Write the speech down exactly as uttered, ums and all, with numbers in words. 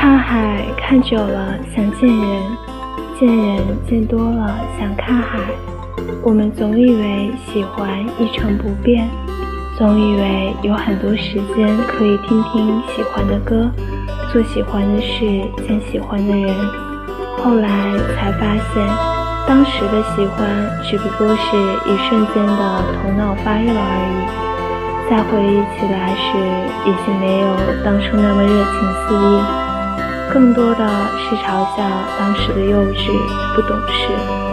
看海看久了想见人，见人见多了想看海。我们总以为喜欢一成不变，总以为有很多时间可以听听喜欢的歌，做喜欢的事，见喜欢的人。后来才发现，当时的喜欢只不过是一瞬间的头脑发热而已。再回忆起来时，已经没有当初那么热情四溢，更多的是嘲笑当时的幼稚不懂事。